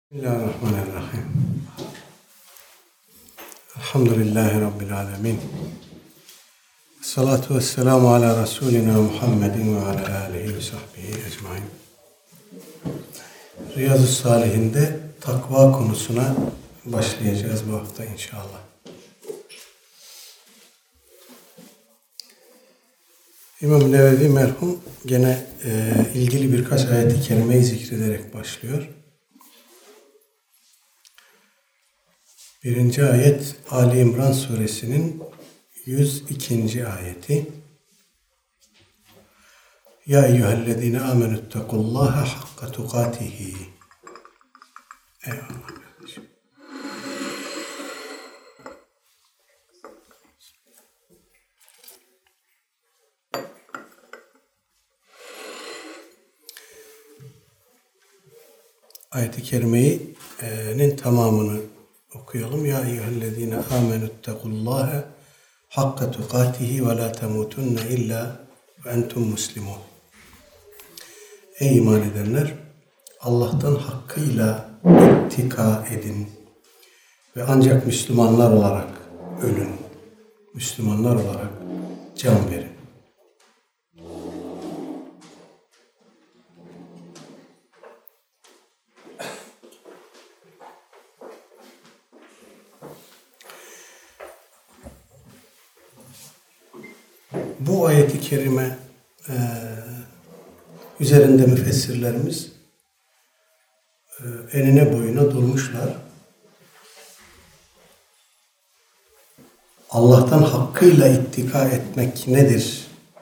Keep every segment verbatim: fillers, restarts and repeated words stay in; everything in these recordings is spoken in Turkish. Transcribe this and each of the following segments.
Bismillahirrahmanirrahim. Elhamdülillahi Rabbil alemin. Salatu vesselamu ala Resulina Muhammedin ve ala alihi ve sahbihi ecmain. Riyazu Salihinde takva konusuna başlayacağız bu hafta inşallah. İmam Nevevi merhum gene e, ilgili birkaç ayet-i kerimeyi zikrederek başlıyor. Birinci ayet Ali İmran suresinin yüz ikinci ayeti. Ya eyyühellezine amenüttekullaha hakka tukatihi. Eyvallah kardeşim. Ayet-i kerimenin tamamını okuyalım. Ya eyyühellezine amenüttekullâhe hakka tukatihi ve la temutunne illa ve entum muslimun. Ey iman edenler! Allah'tan hakkıyla ittika edin ve ancak Müslümanlar olarak ölün. Müslümanlar olarak can verin. Bu ayet-i kerime e, üzerinde müfessirlerimiz e, enine boyuna durmuşlar. Allah'tan hakkıyla ittika etmek nedir?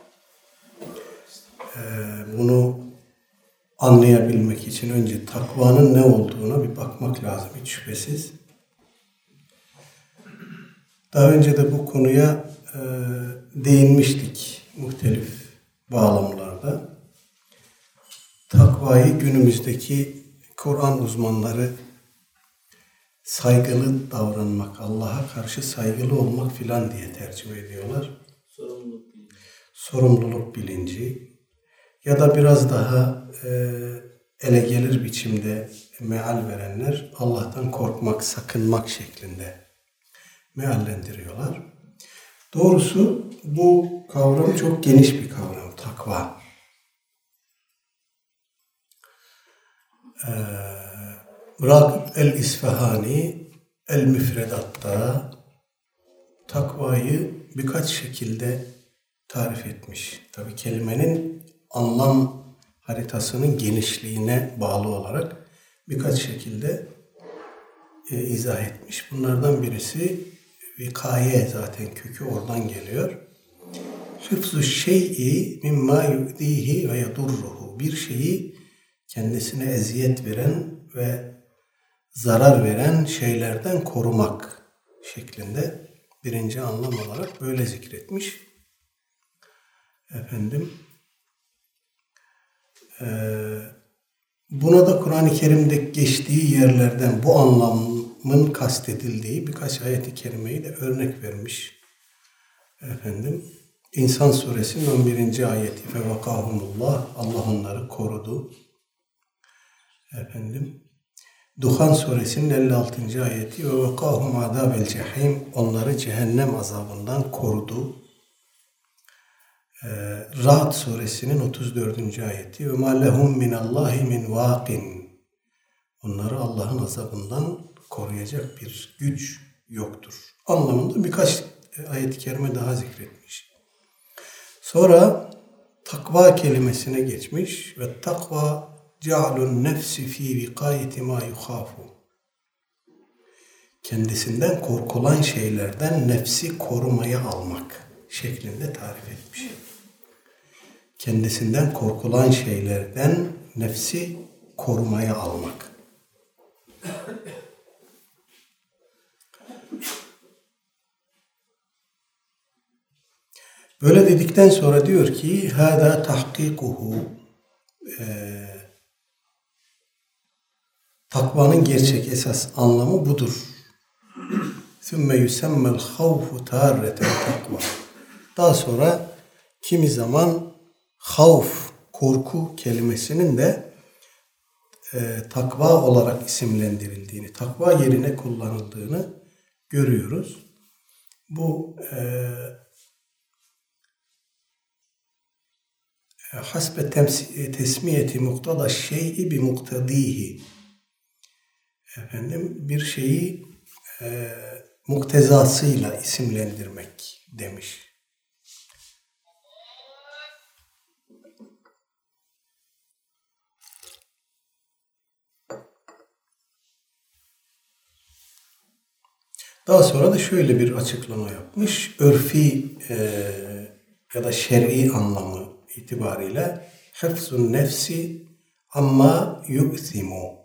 E, bunu anlayabilmek için önce takvanın ne olduğuna bir bakmak lazım hiç şüphesiz. Daha önce de bu konuya e, değinmiştik muhtelif bağlamlarda. Takvayı günümüzdeki Kur'an uzmanları saygılı davranmak, Allah'a karşı saygılı olmak filan diye tercüme ediyorlar. Sorumluluk bilinci. Sorumluluk bilinci ya da biraz daha e, ele gelir biçimde meal verenler Allah'tan korkmak, sakınmak şeklinde meallendiriyorlar. Doğrusu bu kavram çok geniş bir kavram, takva. Ee, Ragıp el-İsfahani el-Müfredat'ta takvayı birkaç şekilde tarif etmiş. Tabii kelimenin anlam haritasının genişliğine bağlı olarak birkaç şekilde e, izah etmiş. Bunlardan birisi vikaye, zaten kökü oradan geliyor. Hıfzu şey'i mimma yu'dihi ve yadurruhu. Bir şeyi kendisine eziyet veren ve zarar veren şeylerden korumak şeklinde birinci anlam olarak böyle zikretmiş. Efendim e, buna da Kur'an-ı Kerim'de geçtiği yerlerden bu anlamın kastedildiği birkaç ayet-i kerimeyi de örnek vermiş. Efendim İnsan suresinin on birinci ayeti fevakahumullah, Allah onları korudu. Efendim Duhan suresinin elli altıncı ayeti ve vakahum azabel cehim, onları cehennem azabından korudu. Ee, Ra'd suresinin otuz dördüncü ayeti ve ma lehum minallahi min vaqin, onları Allah'ın azabından koruyacak bir güç yoktur anlamında birkaç ayet-i kerime daha zikretmiş. Sonra takva kelimesine geçmiş ve takva cealun nefsi fi vikayeti ma yukhafu, kendisinden korkulan şeylerden nefsi korumaya almak şeklinde tarif etmiş. Kendisinden korkulan şeylerden nefsi korumaya almak. Böyle dedikten sonra diyor ki hâdâ tahkîkuhu, ee, takvanın gerçek esas anlamı budur. Sümme yusemmel havfu târreten takva. Daha sonra kimi zaman havf, korku kelimesinin de e, takva olarak isimlendirildiğini, takva yerine kullanıldığını görüyoruz. Bu e, hasbe tesmiyeti muktada şey'i bi muktadihi, efendim bir şeyi e, muktezasıyla isimlendirmek demiş. Daha sonra da şöyle bir açıklama yapmış. Örfi e, ya da şer'i anlamı itibariyle hıfzun nefsi amma yu'thimu,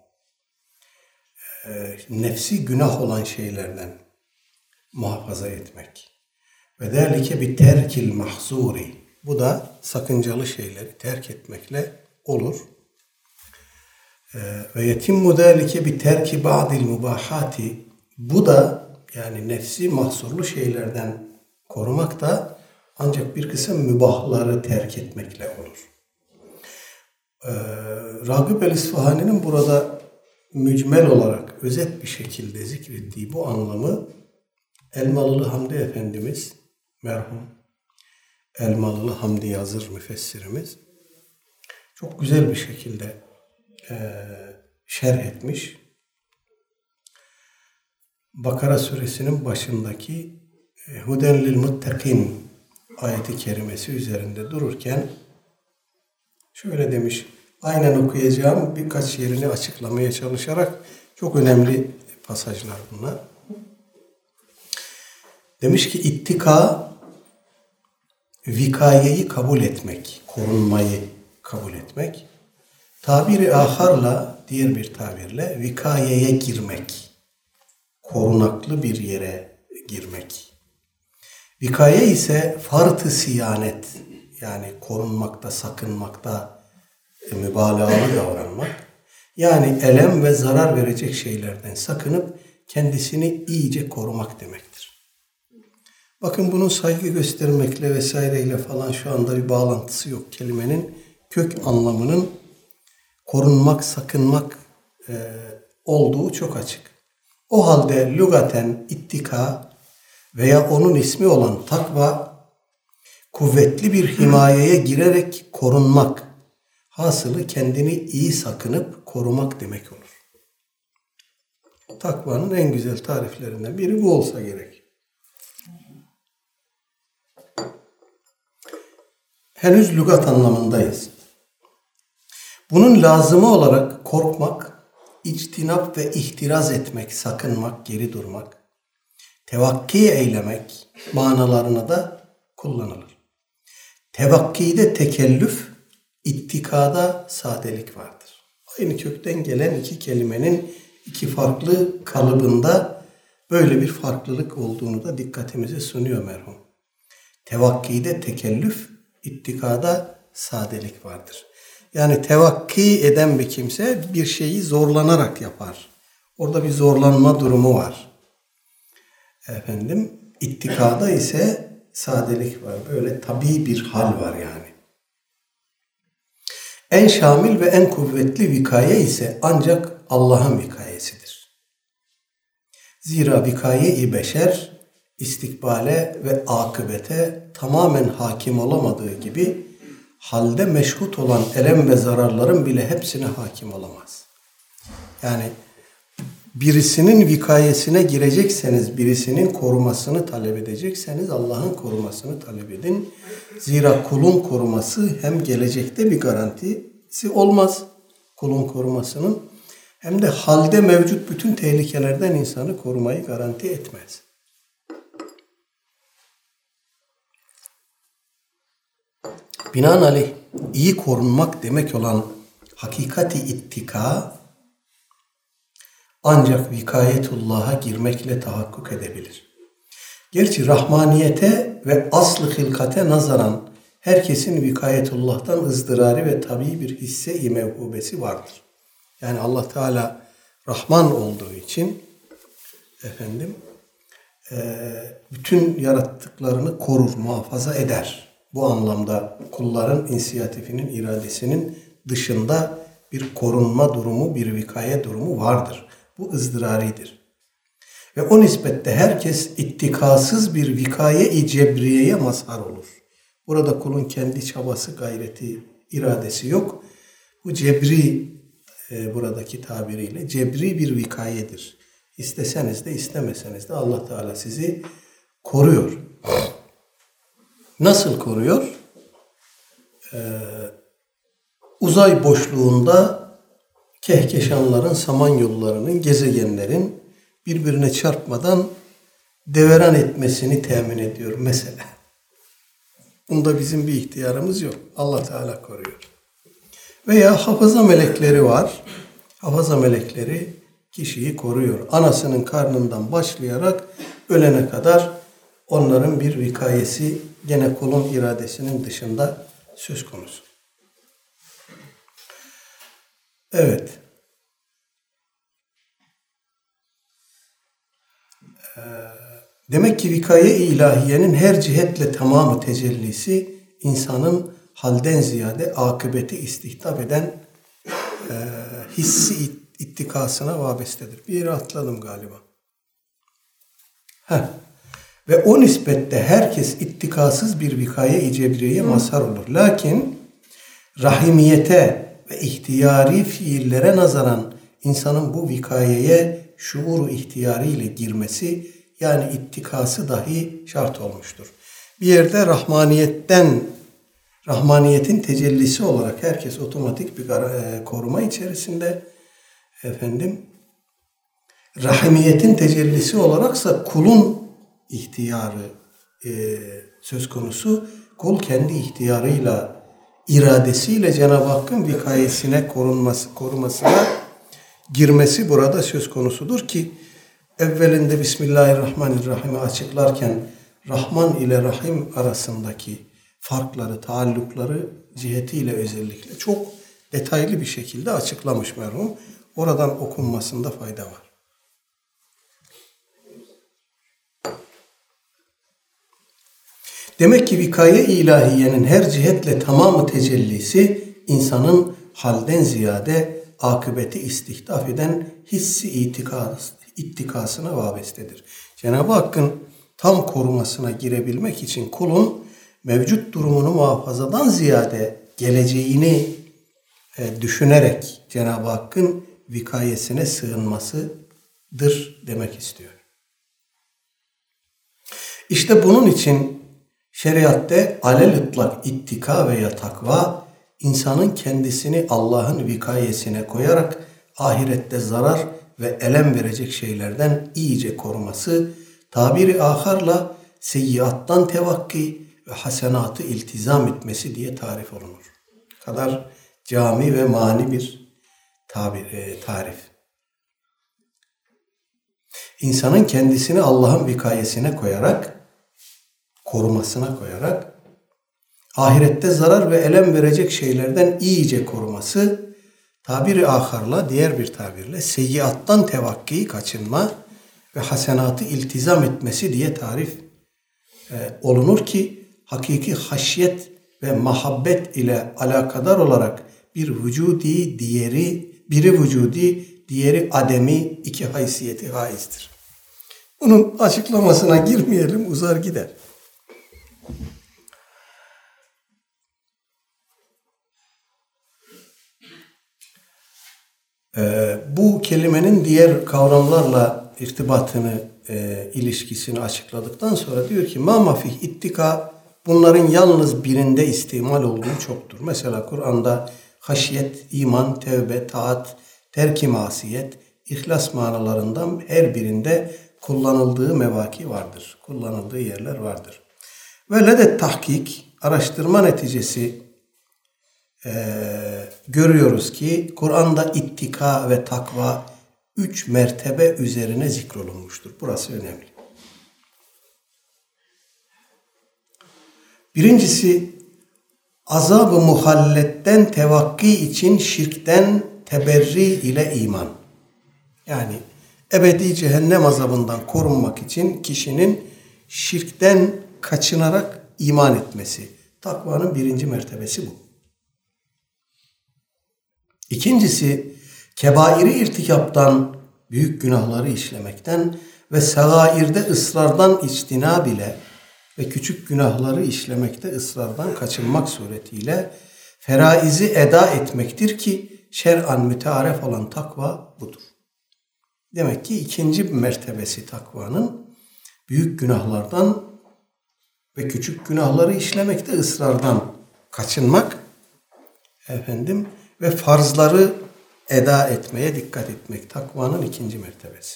e, nefsi günah olan şeylerden muhafaza etmek. Ve zâlike bi terkil mahzuri, bu da sakıncalı şeyleri terk etmekle olur. E, ve yetimmu zâlike bi terki ba'dil mubahati, bu da yani nefsi mahsurlu şeylerden korumak da ancak bir kısım mübahları terk etmekle olur. Ee, Ragıb el-İsfahani'nin burada mücmel olarak özet bir şekilde zikrettiği bu anlamı Elmalılı Hamdi Efendimiz, merhum Elmalılı Hamdi Yazır müfessirimiz çok güzel bir şekilde e, şerh etmiş. Bakara suresinin başındaki Huden lil muttakin ayeti kerimesi üzerinde dururken şöyle demiş, aynen okuyacağım birkaç yerini açıklamaya çalışarak, çok önemli pasajlar bunlar. Demiş ki ittika, vikayeyi kabul etmek, korunmayı kabul etmek. Tabiri aharla, diğer bir tabirle vikayeye girmek. Korunaklı bir yere girmek. Vikaye ise fart-ı siyanet, yani korunmakta, sakınmakta e, mübalağalı davranmak. Yani elem ve zarar verecek şeylerden sakınıp kendisini iyice korumak demektir. Bakın bunun saygı göstermekle vesaireyle falan şu anda bir bağlantısı yok. Kelimenin kök anlamının korunmak, sakınmak e, olduğu çok açık. O halde lügaten ittika veya onun ismi olan takva, kuvvetli bir himayeye girerek korunmak, hasılı kendini iyi sakınıp korumak demek olur. Takvanın en güzel tariflerinden biri bu olsa gerek. Henüz lügat anlamındayız. Bunun lazımı olarak korkmak, İctinap ve ihtiraz etmek, sakınmak, geri durmak, tevakki eylemek manalarına da kullanılır. Tevakkide tekellüf, ittikada sadelik vardır. Aynı kökten gelen iki kelimenin iki farklı kalıbında böyle bir farklılık olduğunu da dikkatimize sunuyor merhum. Tevakkide tekellüf, ittikada sadelik vardır. Yani tevakki eden bir kimse bir şeyi zorlanarak yapar. Orada bir zorlanma durumu var. Efendim, ittikada ise sadelik var. Böyle tabii bir hal var yani. En şamil ve en kuvvetli vikaye ise ancak Allah'ın vikayesidir. Zira vikaye-i beşer istikbale ve akıbete tamamen hakim olamadığı gibi halde meşhut olan elem ve zararların bile hepsine hakim olamaz. Yani birisinin vikayesine girecekseniz, birisinin korumasını talep edecekseniz Allah'ın korumasını talep edin. Zira kulun koruması hem gelecekte bir garantisi olmaz kulun korumasının, hem de halde mevcut bütün tehlikelerden insanı korumayı garanti etmez. Binaenaleyh iyi korunmak demek olan hakikati ittika ancak vikayetullah'a girmekle tahakkuk edebilir. Gerçi rahmaniyete ve aslı hilkate nazaran herkesin vikayetullah'tan ızdırari ve tabii bir hisse-i mevhubesi vardır. Yani Allah Teala Rahman olduğu için efendim bütün yarattıklarını korur, muhafaza eder. Bu anlamda kulların inisiyatifinin, iradesinin dışında bir korunma durumu, bir vikaye durumu vardır. Bu ızdıraridir. Ve o nispette herkes ittikasız bir vikaye-i cebriyeye mazhar olur. Burada kulun kendi çabası, gayreti, iradesi yok. Bu cebri, e, buradaki tabiriyle cebri bir vikayedir. İsteseniz de istemeseniz de Allah Teala sizi koruyor. Nasıl koruyor? Ee, uzay boşluğunda kehkeşanların, samanyollarının, gezegenlerin birbirine çarpmadan deveran etmesini temin ediyor mesela. Bunda bizim bir ihtiyarımız yok. Allah Teala koruyor. Veya hafıza melekleri var. Hafıza melekleri kişiyi koruyor. Anasının karnından başlayarak ölene kadar onların bir vikayesi gene kulun iradesinin dışında söz konusu. Evet. Ee, demek ki vikaye-i ilahiyenin her cihetle tamamı tecellisi insanın halden ziyade akıbeti istihdam eden e, hissi ittikasına vabestedir. Bir yere atladım galiba. Heh. Ve o nispette herkes ittikasız bir vikaye-i cebriyeye mazhar olur. Lakin rahimiyete ve ihtiyari fiillere nazaran insanın bu vikayeye şuuru ihtiyarıyla girmesi, yani ittikası dahi şart olmuştur. Bir yerde rahmaniyetten, rahmaniyetin tecellisi olarak herkes otomatik bir koruma içerisinde, efendim, rahimiyetin tecellisi olaraksa kulun ihtiyarı e, söz konusu. Kul kendi ihtiyarıyla, iradesiyle Cenab-ı Hakk'ın vikayesine, korunması, korumasına girmesi burada söz konusudur ki evvelinde Bismillahirrahmanirrahim'i açıklarken Rahman ile Rahim arasındaki farkları, taallukları cihetiyle özellikle çok detaylı bir şekilde açıklamış merhum. Oradan okunmasında fayda var. Demek ki vikaye-i ilahiyenin her cihetle tamamı tecellisi insanın halden ziyade akıbeti istihdaf eden hissi itikas, ittikasına vabestedir. Cenab-ı Hakk'ın tam korumasına girebilmek için kulun mevcut durumunu muhafazadan ziyade geleceğini e, düşünerek Cenab-ı Hakk'ın vikayesine sığınmasıdır demek istiyor. İşte bunun için şeriatte alel-ıtlak ittika veya takva, insanın kendisini Allah'ın vikayesine koyarak ahirette zarar ve elem verecek şeylerden iyice koruması, tabiri aharla seyyiattan tevakki ve hasenatı iltizam etmesi diye tarif olunur. Kadar cami ve mani bir tabir, e, tarif. İnsanın kendisini Allah'ın vikayesine koyarak, korumasına koyarak, ahirette zarar ve elem verecek şeylerden iyice koruması, tabiri aharla, diğer bir tabirle seyyiattan tevakkiyi kaçınma ve hasenatı iltizam etmesi diye tarif e, olunur ki hakiki haşyet ve muhabbet ile alakadar olarak bir vücudi diğeri, biri vücudi, diğeri ademi iki haysiyeti haizdir. Bunun açıklamasına girmeyelim, uzar gider. Ee, bu kelimenin diğer kavramlarla irtibatını, e, ilişkisini açıkladıktan sonra diyor ki ma mafih ittika, bunların yalnız birinde istimal olduğu çoktur. Mesela Kur'an'da haşyet, iman, tevbe, taat, terk-i masiyet, ihlas manalarından her birinde kullanıldığı mevaki vardır. Kullanıldığı yerler vardır. Ve ledet tahkik, araştırma neticesi Ee, görüyoruz ki Kur'an'da ittika ve takva üç mertebe üzerine zikrolunmuştur. Burası önemli. Birincisi, azab-ı muhalletten tevakki için şirkten teberri ile iman. Yani ebedi cehennem azabından korunmak için kişinin şirkten kaçınarak iman etmesi. Takvanın birinci mertebesi bu. İkincisi, kebairi irtikaptan, büyük günahları işlemekten ve sagairde ısrardan içtinab ile ve küçük günahları işlemekte ısrardan kaçınmak suretiyle feraizi eda etmektir ki şer'an mütearef olan takva budur. Demek ki ikinci mertebesi takvanın büyük günahlardan ve küçük günahları işlemekte ısrardan kaçınmak, efendim, ve farzları eda etmeye dikkat etmek. Takvanın ikinci mertebesi.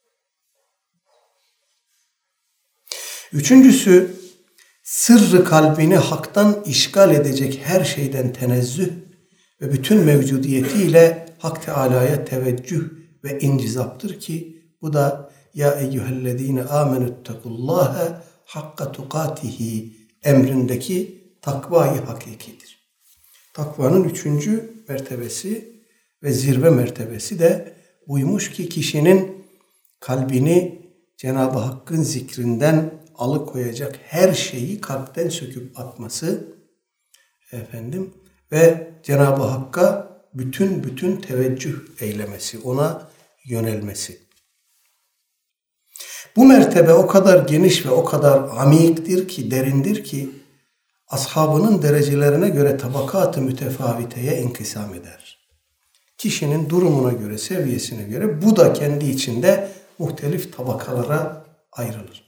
Üçüncüsü, sırrı kalbini haktan işgal edecek her şeyden tenezzüh ve bütün mevcudiyetiyle Hak Teâlâ'ya teveccüh ve incizaptır ki bu da ya eyyühellezîne âmenüttekullâhe hakka tukâtihi emrindeki takvayı hakikidir. Takvanın üçüncü mertebesi ve zirve mertebesi de buymuş ki kişinin kalbini Cenab-ı Hakk'ın zikrinden alıkoyacak her şeyi kalpten söküp atması, efendim, ve Cenab-ı Hakk'a bütün bütün teveccüh eylemesi, ona yönelmesi. Bu mertebe o kadar geniş ve o kadar amiktir ki, derindir ki ashabının derecelerine göre tabakat-ı mütefaviteye inkisam eder. Kişinin durumuna göre, seviyesine göre bu da kendi içinde muhtelif tabakalara ayrılır.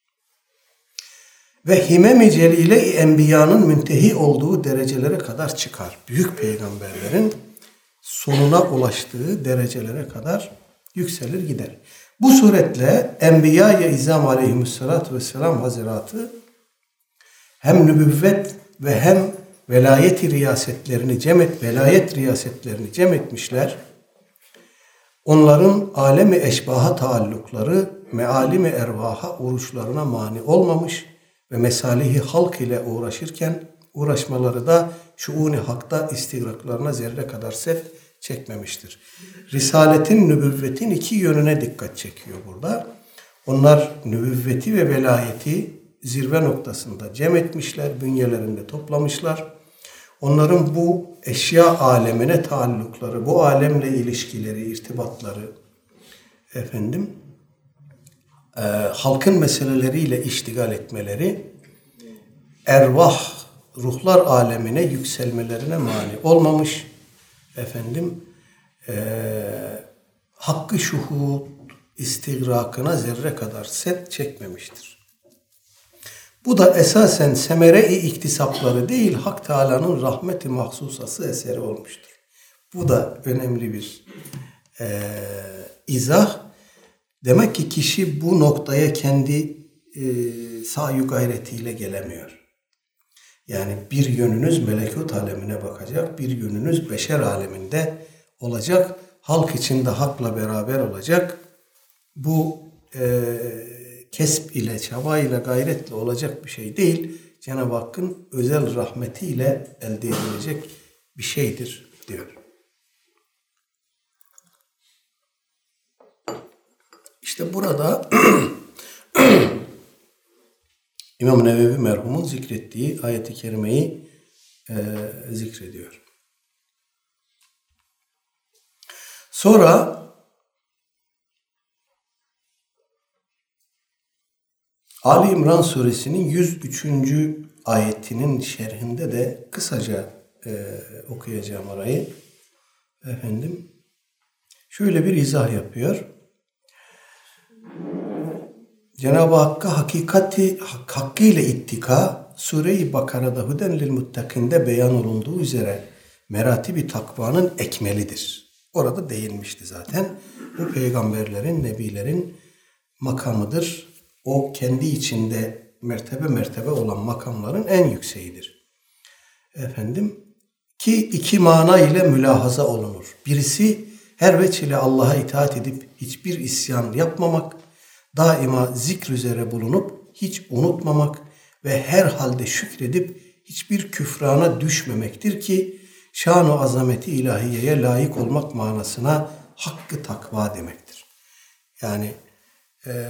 Ve himem-i celile-i enbiyanın müntehi olduğu derecelere kadar çıkar. Büyük peygamberlerin sonuna ulaştığı derecelere kadar yükselir gider. Bu suretle Enbiya-i İzam aleyhissalatu vesselam haziratı hem nübüvvet ve hem velayet-i riyasetlerini cem et, velayet riyasetlerini cem etmişler. Onların alemi eşbaha taallukları mealimi ervaha uruşlarına mani olmamış ve mesalihi halk ile uğraşırken uğraşmaları da şuun-i hakta istigraklarına zerre kadar set çekmemiştir. Risaletin, nübüvvetin iki yönüne dikkat çekiyor burada. Onlar nübüvveti ve velayeti zirve noktasında cem etmişler, bünyelerinde toplamışlar. Onların bu eşya alemine taallukları, bu alemle ilişkileri, irtibatları, efendim, e, halkın meseleleriyle iştigal etmeleri, ervah, ruhlar alemine yükselmelerine mani olmamış, efendim, e, hakkı şuhud istigrakına zerre kadar set çekmemiştir. Bu da esasen semere-i iktisapları değil, Hak Teâlâ'nın rahmeti mahsusası eseri olmuştur. Bu da önemli bir e, izah. Demek ki kişi bu noktaya kendi e, sayu gayretiyle gelemiyor. Yani bir yönünüz melekut alemine bakacak, bir yönünüz beşer aleminde olacak. Halk içinde hakla beraber olacak. Bu e, kesb ile, çaba ile, gayretle olacak bir şey değil. Cenab-ı Hakk'ın özel rahmetiyle elde edilecek bir şeydir diyor. İşte burada İmam Nevevi merhumun zikrettiği ayet-i kerimeyi e, zikrediyor. Sonra Ali İmran suresinin yüz üçüncü ayetinin şerhinde de kısaca e, okuyacağım orayı. Efendim, şöyle bir izah yapıyor. Cenab-ı Hakk'a hakikati hakkıyla ittika Sure-i Bakara'da Huden lil Muttakinde beyan olunduğu üzere meratibi takvanın ekmelidir. Orada değinmişti zaten. Bu peygamberlerin, nebilerin makamıdır. O kendi içinde mertebe mertebe olan makamların en yükseğidir. Efendim, ki iki mana ile mülahaza olunur. Birisi her veç ile Allah'a itaat edip hiçbir isyan yapmamak, daima zikr üzere bulunup hiç unutmamak ve her halde şükredip hiçbir küfrana düşmemektir ki şan-ı azameti ilahiyeye layık olmak manasına hakkı takva demektir. Yani e,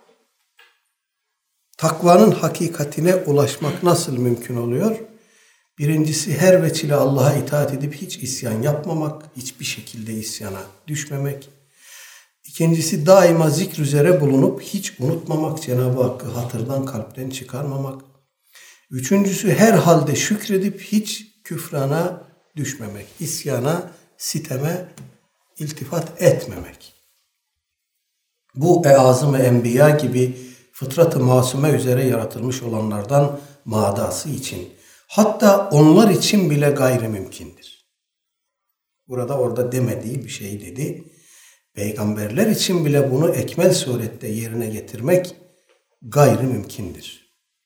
takvanın hakikatine ulaşmak nasıl mümkün oluyor? Birincisi her veçile Allah'a itaat edip hiç isyan yapmamak, hiçbir şekilde isyana düşmemek. İkincisi daima zikr üzere bulunup hiç unutmamak, Cenab-ı Hakk'ı hatırdan kalpten çıkarmamak. Üçüncüsü her halde şükredip hiç küfrana düşmemek, isyana, siteme iltifat etmemek. Bu e-azım-ı enbiya gibi fıtrat-ı masume üzere yaratılmış olanlardan madası için, hatta onlar için bile gayrimümkündür. Burada orada demediği bir şey dedi. Peygamberler için bile bunu ekmel surette yerine getirmek gayrimümkündür.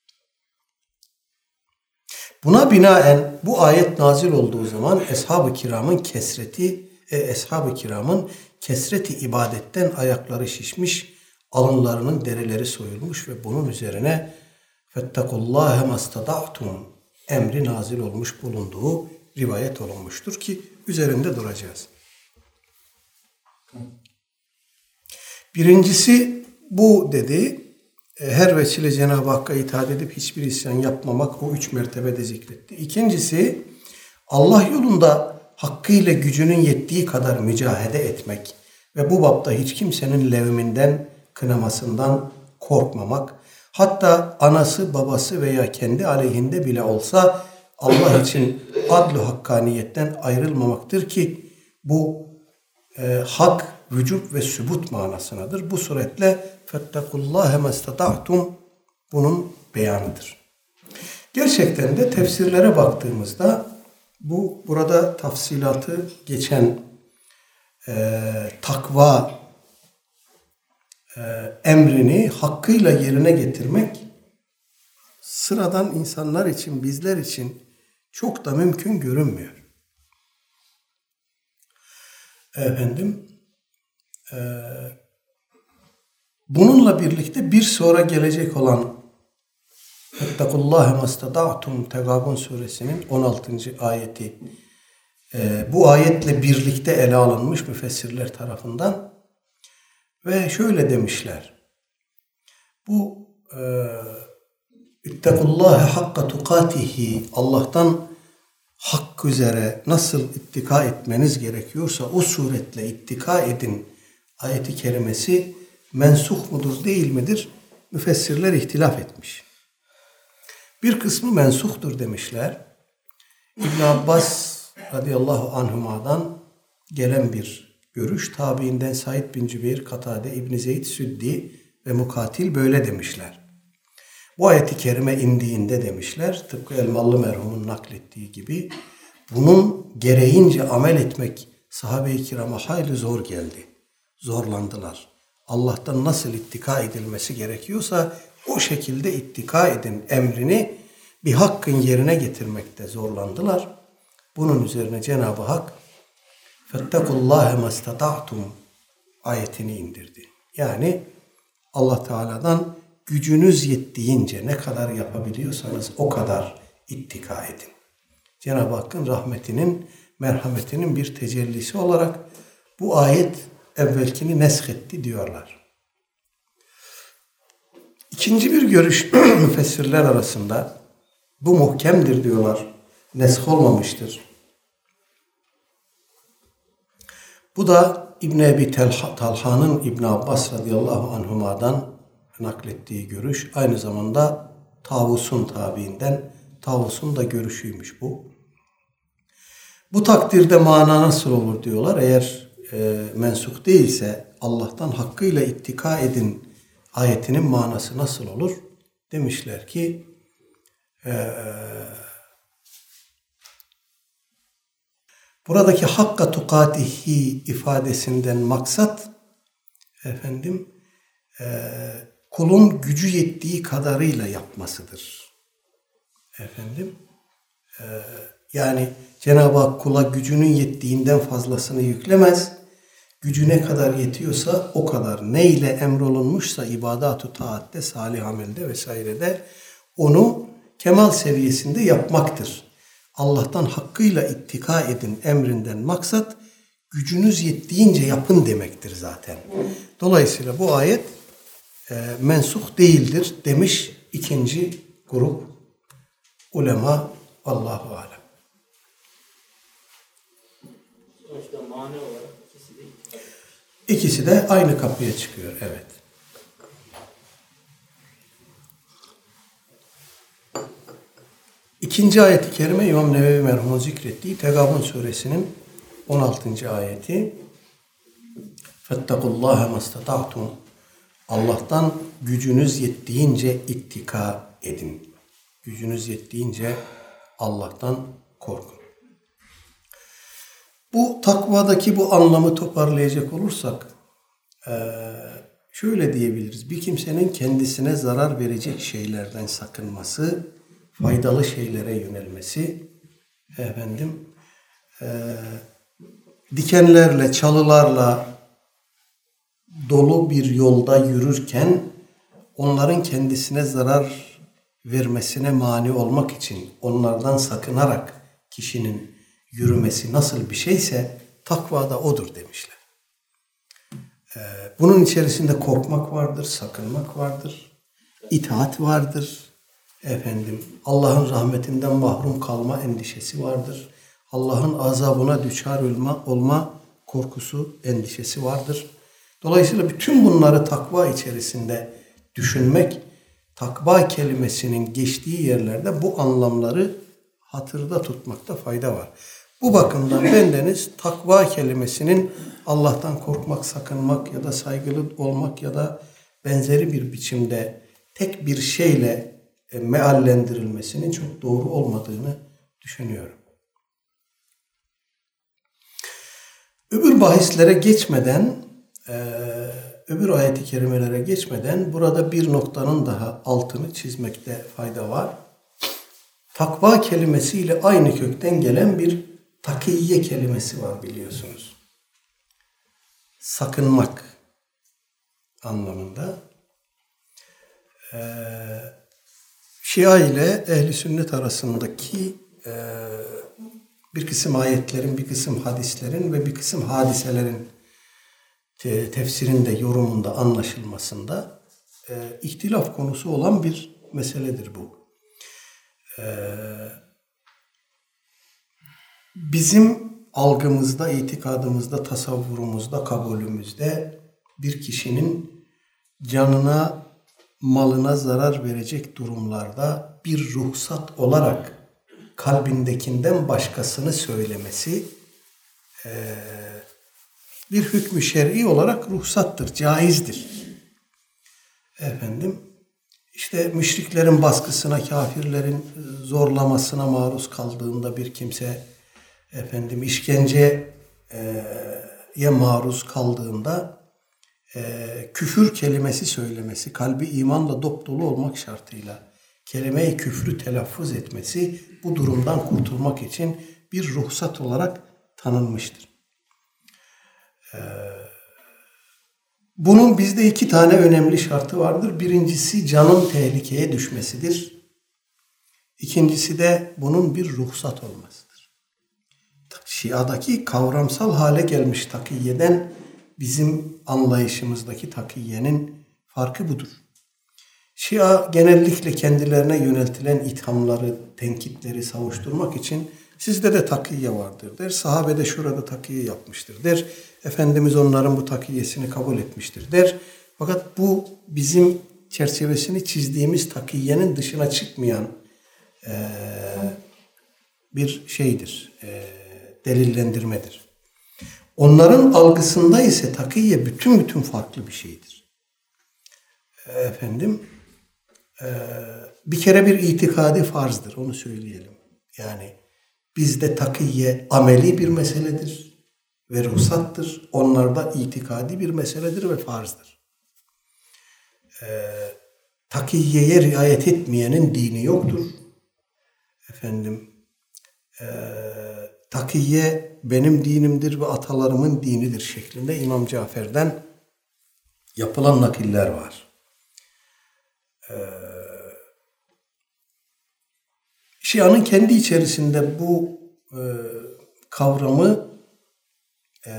Buna binaen bu ayet nazil olduğu zaman Eshab-ı Kiram'ın kesreti, e, Eshab-ı Kiram'ın kesreti ibadetten ayakları şişmiş, alınlarının derileri soyulmuş ve bunun üzerine fettekullâhe mastada'tum emri nazil olmuş bulunduğu rivayet olunmuştur ki üzerinde duracağız. Birincisi bu dedi, her vesile Cenab-ı Hakk'a itaat edip hiçbir isyan yapmamak, o üç mertebede zikretti. İkincisi Allah yolunda hakkıyla gücünün yettiği kadar mücahede etmek ve bu bapta hiç kimsenin levminden, kınamasından korkmamak, hatta anası, babası veya kendi aleyhinde bile olsa Allah için adl-ı hakkaniyetten ayrılmamaktır ki bu e, hak, vücub ve sübut manasınadır. Bu suretle fettekullâhe mestata'tum bunun beyanıdır. Gerçekten de tefsirlere baktığımızda bu burada tafsilatı geçen e, takva e, emrini hakkıyla yerine getirmek sıradan insanlar için, bizler için çok da mümkün görünmüyor. Efendim, e, bununla birlikte bir sonra gelecek olan fettekullâhe mastada'tum Tegâbun suresinin on altıncı ayeti e, bu ayetle birlikte ele alınmış müfessirler tarafından ve şöyle demişler. Bu ittekullâhe hakka tukâtihi Allah'tan hak üzere nasıl ittika etmeniz gerekiyorsa o suretle ittika edin ayeti kerimesi mensuh mudur değil midir? Müfessirler ihtilaf etmiş. Bir kısmı mensuhtur demişler. İbn Abbas radıyallahu anhuma'dan gelen bir görüş. Tabiinden Said bin Cübeyr, Katade, İbn Zeyd, Süddi ve Mukatil böyle demişler. Bu ayeti kerime indiğinde demişler, tıpkı Elmalı merhumun naklettiği gibi, bunun gereğince amel etmek sahabe-i kirama hayli zor geldi. Zorlandılar. Allah'tan nasıl ittika edilmesi gerekiyorsa o şekilde ittika edin emrini bir hakkın yerine getirmekte zorlandılar. Bunun üzerine Cenab-ı Hak fettekullâhe mastata'tum ayetini indirdi. Yani Allah Teala'dan gücünüz yettiğince ne kadar yapabiliyorsanız o kadar ittika edin. Cenab-ı Hakk'ın rahmetinin, merhametinin bir tecellisi olarak bu ayet evvelkini neshetti diyorlar. İkinci bir görüş müfessirler arasında bu muhkemdir diyorlar. Nesh olmamıştır. Bu da İbn-i Ebi Talha'nın İbn Abbas radıyallahu anhuma'dan naklettiği görüş. Aynı zamanda Tavus'un tabiinden Tavus'un da görüşüymüş bu. Bu takdirde mana nasıl olur diyorlar. Eğer e, mensuh değilse Allah'tan hakkıyla ittika edin ayetinin manası nasıl olur? Demişler ki e, buradaki hakka tukatihi ifadesinden maksat efendim e, kulun gücü yettiği kadarıyla yapmasıdır. Efendim e, yani Cenab-ı Hak kula gücünün yettiğinden fazlasını yüklemez. Gücü ne kadar yetiyorsa o kadar. Ne ile emrolunmuşsa ibadat-ı taatte, salih amelde vesairede onu kemal seviyesinde yapmaktır. Allah'tan hakkıyla ittika edin emrinden maksat gücünüz yettiğince yapın demektir zaten. Dolayısıyla bu ayet e, mensuh değildir demiş ikinci grup ulema Allahu alem. Sonuçta mani olarak ikisi de itikad. İkisi de aynı kapıya çıkıyor. Evet. İkinci ayet-i kerime İmam Nevevi merhumun zikrettiği Tegabun suresinin on altıncı ayeti. Fettekullâhe mastata'tum. Allah'tan gücünüz yettiğince ittika edin. Gücünüz yettiğince Allah'tan korkun. Bu takvadaki bu anlamı toparlayacak olursak şöyle diyebiliriz. Bir kimsenin kendisine zarar verecek şeylerden sakınması, faydalı şeylere yönelmesi, efendim, e, dikenlerle, çalılarla dolu bir yolda yürürken onların kendisine zarar vermesine mani olmak için onlardan sakınarak kişinin yürümesi nasıl bir şeyse takva da odur demişler. E, bunun içerisinde korkmak vardır, sakınmak vardır, itaat vardır. Efendim, Allah'ın rahmetinden mahrum kalma endişesi vardır. Allah'ın azabına düçar olma, olma korkusu, endişesi vardır. Dolayısıyla bütün bunları takva içerisinde düşünmek, takva kelimesinin geçtiği yerlerde bu anlamları hatırda tutmakta fayda var. Bu bakımdan bendeniz takva kelimesinin Allah'tan korkmak, sakınmak ya da saygılı olmak ya da benzeri bir biçimde tek bir şeyle meallendirilmesinin çok doğru olmadığını düşünüyorum. Öbür bahislere geçmeden, öbür ayet-i kerimelere geçmeden burada bir noktanın daha altını çizmekte fayda var. Takva kelimesiyle aynı kökten gelen bir takiyye kelimesi var biliyorsunuz. Sakınmak anlamında. Eee Şia ile Ehl-i Sünnet arasındaki e, bir kısım ayetlerin, bir kısım hadislerin ve bir kısım hadiselerin te, tefsirinde, yorumunda, anlaşılmasında e, ihtilaf konusu olan bir meseledir bu. E, bizim algımızda, itikadımızda, tasavvurumuzda, kabulümüzde bir kişinin canına, malına zarar verecek durumlarda bir ruhsat olarak kalbindekinden başkasını söylemesi e, bir hükmü şer'i olarak ruhsattır, caizdir. Efendim, işte müşriklerin baskısına, kafirlerin zorlamasına maruz kaldığında bir kimse, efendim, işkenceye maruz kaldığında Ee, küfür kelimesi söylemesi, kalbi imanla dopdolu olmak şartıyla kelime-i küfrü telaffuz etmesi bu durumdan kurtulmak için bir ruhsat olarak tanınmıştır. Ee, bunun bizde iki tane önemli şartı vardır. Birincisi canın tehlikeye düşmesidir. İkincisi de bunun bir ruhsat olmasıdır. Şia'daki kavramsal hale gelmiş takiyyeden bizim anlayışımızdaki takiyyenin farkı budur. Şia genellikle kendilerine yöneltilen ithamları, tenkitleri savuşturmak için sizde de takiyye vardır der. Sahabe de şurada takiyye yapmıştır der. Efendimiz onların bu takiyyesini kabul etmiştir der. Fakat bu bizim çerçevesini çizdiğimiz takiyyenin dışına çıkmayan e, bir şeydir, e, delillendirmedir. Onların algısında ise takiyye bütün bütün farklı bir şeydir. Efendim, e, bir kere bir itikadi farzdır, onu söyleyelim. Yani bizde takiyye ameli bir meseledir ve ruhsattır. Onlarda itikadi bir meseledir ve farzdır. E, takiyyeye riayet etmeyenin dini yoktur. Efendim, e, takiyye benim dinimdir ve atalarımın dinidir şeklinde İmam Cafer'den yapılan nakiller var. Ee, Şia'nın kendi içerisinde bu e, kavramı e,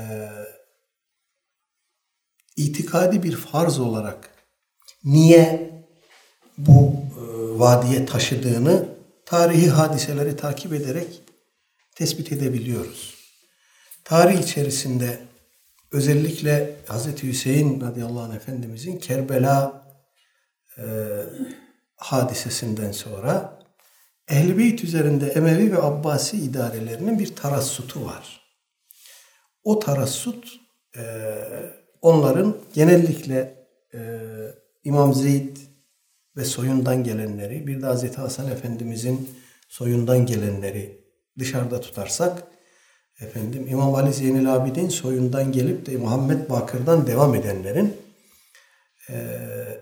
itikadi bir farz olarak niye bu e, vadiye taşıdığını tarihi hadiseleri takip ederek tespit edebiliyoruz. Tarih içerisinde özellikle Hazreti Hüseyin radıyallahu anh Efendimizin Kerbela e, hadisesinden sonra Ehl-i Beyt üzerinde Emevi ve Abbasi idarelerinin bir tarassutu var. O tarassut e, onların genellikle e, İmam Zeyd ve soyundan gelenleri, bir de Hazreti Hasan Efendimizin soyundan gelenleri dışarıda tutarsak, efendim İmam Ali Zeynel Abidin soyundan gelip de Muhammed Bakır'dan devam edenlerin e,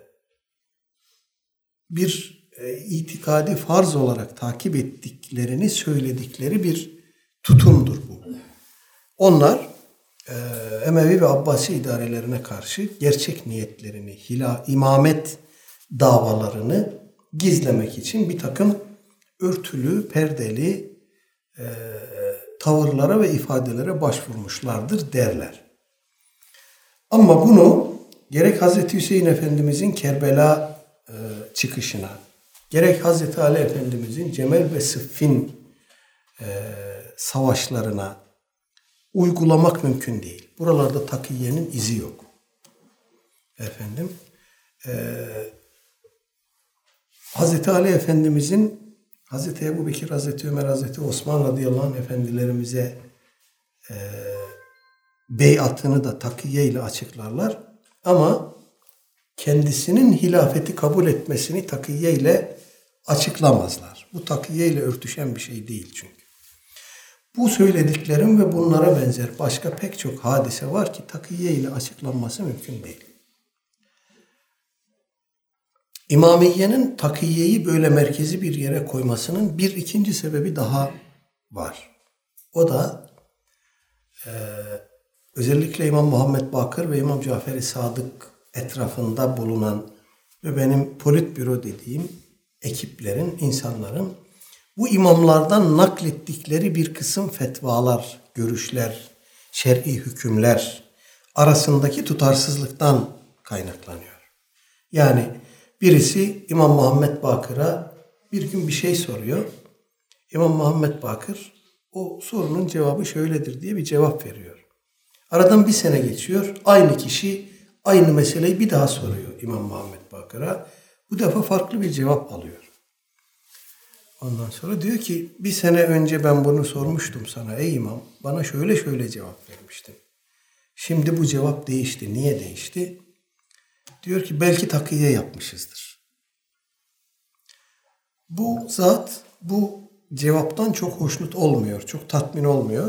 bir e, itikadi farz olarak takip ettiklerini söyledikleri bir tutumdur bu. Onlar e, Emevi ve Abbasi idarelerine karşı gerçek niyetlerini, hila, imamet davalarını gizlemek için bir takım örtülü, perdeli e, tavırlara ve ifadelere başvurmuşlardır derler. Ama bunu gerek Hazreti Hüseyin Efendimizin Kerbela e, çıkışına, gerek Hazreti Ali Efendimizin Cemel ve Sıffin e, savaşlarına uygulamak mümkün değil. Buralarda takiyenin izi yok. Efendim, e, Hazreti Ali Efendimizin Hazreti Ebu Bekir, Hazreti Ömer, Hazreti Osman radıyallahu anh efendilerimize e, beyatını da takiye ile açıklarlar. Ama kendisinin hilafeti kabul etmesini takiye ile açıklamazlar. Bu takiye ile örtüşen bir şey değil çünkü. Bu söylediklerim ve bunlara benzer başka pek çok hadise var ki takiye ile açıklanması mümkün değil. İmamiye'nin takiyeyi böyle merkezi bir yere koymasının bir ikinci sebebi daha var. O da e, özellikle İmam Muhammed Bakır ve İmam Cafer-i Sadık etrafında bulunan ve benim politbüro dediğim ekiplerin, insanların bu imamlardan naklettikleri bir kısım fetvalar, görüşler, şer'i hükümler arasındaki tutarsızlıktan kaynaklanıyor. Yani birisi İmam Muhammed Bakır'a bir gün bir şey soruyor. İmam Muhammed Bakır o sorunun cevabı şöyledir diye bir cevap veriyor. Aradan bir sene geçiyor. Aynı kişi aynı meseleyi bir daha soruyor İmam Muhammed Bakır'a. Bu defa farklı bir cevap alıyor. Ondan sonra diyor ki bir sene önce ben bunu sormuştum sana ey imam. Bana şöyle şöyle cevap vermiştin. Şimdi bu cevap değişti. Niye değişti? Diyor ki belki takiye yapmışızdır. Bu zat bu cevaptan çok hoşnut olmuyor. Çok tatmin olmuyor.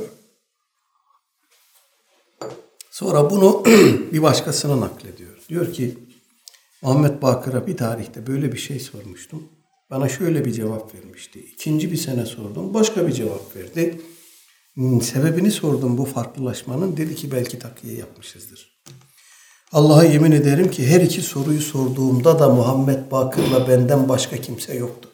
Sonra bunu bir başkasına naklediyor. Diyor ki Muhammed Bakır'a bir tarihte böyle bir şey sormuştum. Bana şöyle bir cevap vermişti. İkinci bir sene sordum. Başka bir cevap verdi. Sebebini sordum bu farklılaşmanın. Dedi ki belki takiye yapmışızdır. Allah'a yemin ederim ki her iki soruyu sorduğumda da Muhammed Bakır'la benden başka kimse yoktu.